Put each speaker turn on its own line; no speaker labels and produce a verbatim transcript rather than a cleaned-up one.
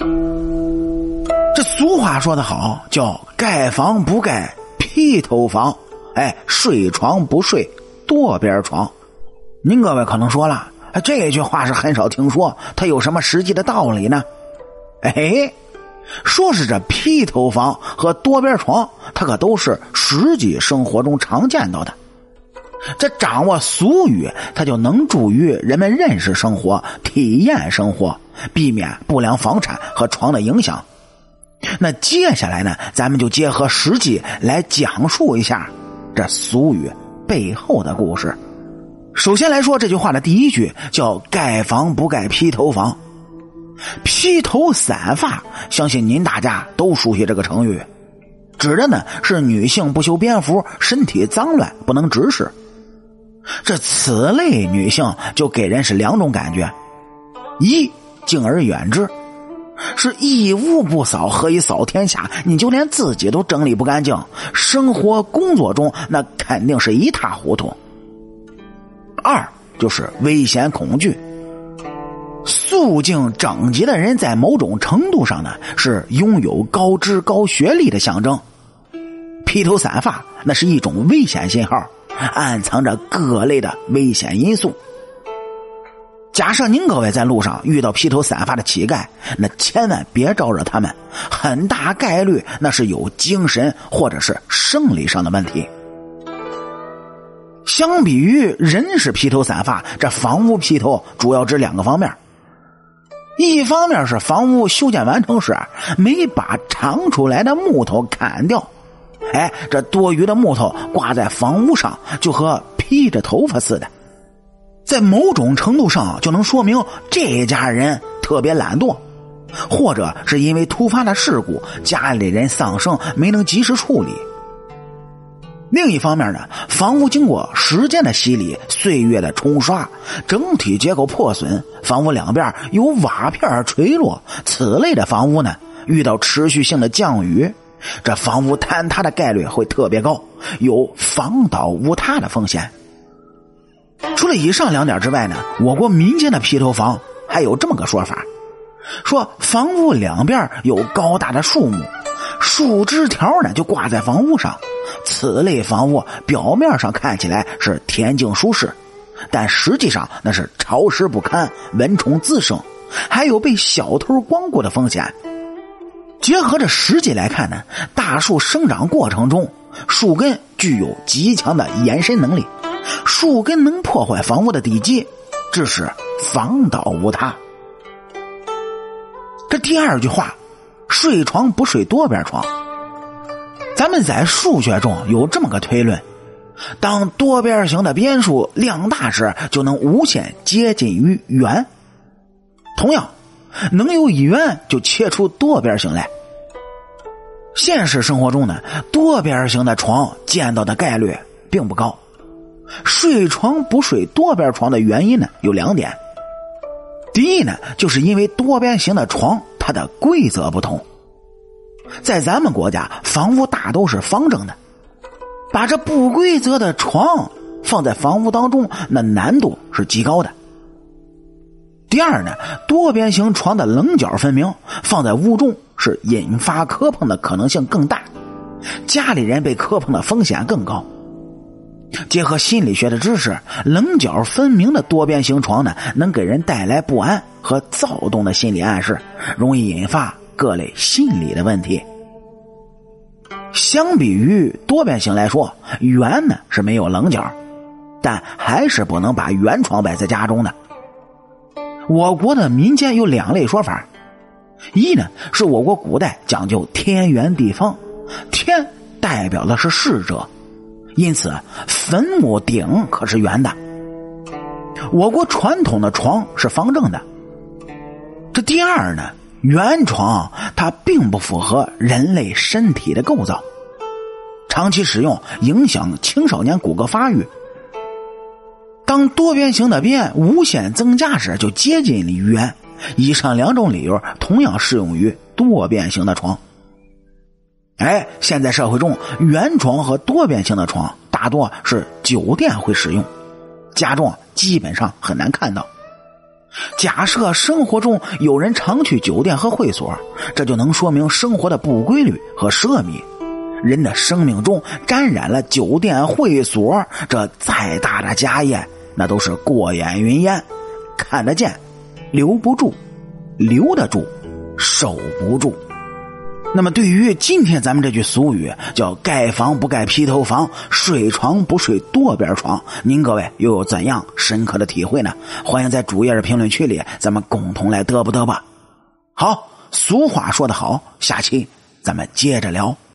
这俗话说得好，叫盖房不盖披头房，哎，睡床不睡多边床。您各位可能说了，这句话是很少听说，它有什么实际的道理呢？哎，说是这披头房和多边床，它可都是实际生活中常见到的。这掌握俗语，它就能助于人们认识生活、体验生活，避免不良房产和床的影响。那接下来呢，咱们就结合实际来讲述一下这俗语背后的故事。首先来说这句话的第一句，叫盖房不盖披头房。披头散发，相信您大家都熟悉这个成语，指的呢是女性不修边幅，身体脏乱，不能直视。这此类女性就给人是两种感觉：一，敬而远之，是一屋不扫何以扫天下，你就连自己都整理不干净，生活工作中那肯定是一塌糊涂。二，就是危险恐惧。肃静整洁的人在某种程度上呢，是拥有高知高学历的象征。披头散发那是一种危险信号，暗藏着各类的危险因素。假设您各位在路上遇到披头散发的乞丐，那千万别招惹他们，很大概率那是有精神或者是生理上的问题。相比于人是披头散发，这房屋披头主要指两个方面。一方面是房屋修建完成时没把长出来的木头砍掉，哎，这多余的木头挂在房屋上，就和披着头发似的，在某种程度上就能说明这家人特别懒惰，或者是因为突发的事故，家里人丧生没能及时处理。另一方面呢，房屋经过时间的洗礼，岁月的冲刷，整体结构破损，房屋两边有瓦片垂落，此类的房屋呢，遇到持续性的降雨，这房屋坍塌的概率会特别高，有房倒屋塌的风险。除了以上两点之外呢，我国民间的披头房还有这么个说法，说房屋两边有高大的树木，树枝条呢就挂在房屋上，此类房屋表面上看起来是恬静舒适，但实际上那是潮湿不堪，蚊虫滋生，还有被小偷光顾的风险。结合着实际来看呢，大树生长过程中，树根具有极强的延伸能力，树根能破坏房屋的地基，致使房倒屋塌。这第二句话，睡床不睡多边床，咱们在数学中有这么个推论，当多边形的边数量大时，就能无限接近于圆。同样，能由圆就切出多边形来。现实生活中呢，多边形的床见到的概率并不高。睡床不睡多边床的原因呢，有两点。第一呢，就是因为多边形的床它的规则不同。在咱们国家，房屋大都是方正的，把这不规则的床放在房屋当中，那难度是极高的。第二呢，多边形床的棱角分明，放在屋中是引发磕碰的可能性更大，家里人被磕碰的风险更高。结合心理学的知识，棱角分明的多边形床呢，能给人带来不安和躁动的心理暗示，容易引发各类心理的问题。相比于多边形来说，圆呢是没有棱角，但还是不能把圆床摆在家中的。我国的民间有两类说法，一呢是我国古代讲究天圆地方，天代表的是逝者，因此坟墓顶可是圆的。我国传统的床是方正的。这第二呢，圆床它并不符合人类身体的构造，长期使用影响青少年骨骼发育。当多边形的边无限增加时，就接近于圆。以上两种理由同样适用于多边形的床。哎，现在社会中圆床和多边形的床大多是酒店会使用，家中基本上很难看到。 假设生活中有人常去酒店和会所，这就能说明生活的不规律和奢靡。人的生命中沾染了酒店会所，这再大的家业那都是过眼云烟，看得见留不住，留得住守不住。那么对于今天咱们这句俗语叫盖房不盖披头房，睡床不睡多边床，您各位又有怎样深刻的体会呢？欢迎在主页的评论区里咱们共同来嘚啵嘚吧。好，俗话说得好，下期咱们接着聊。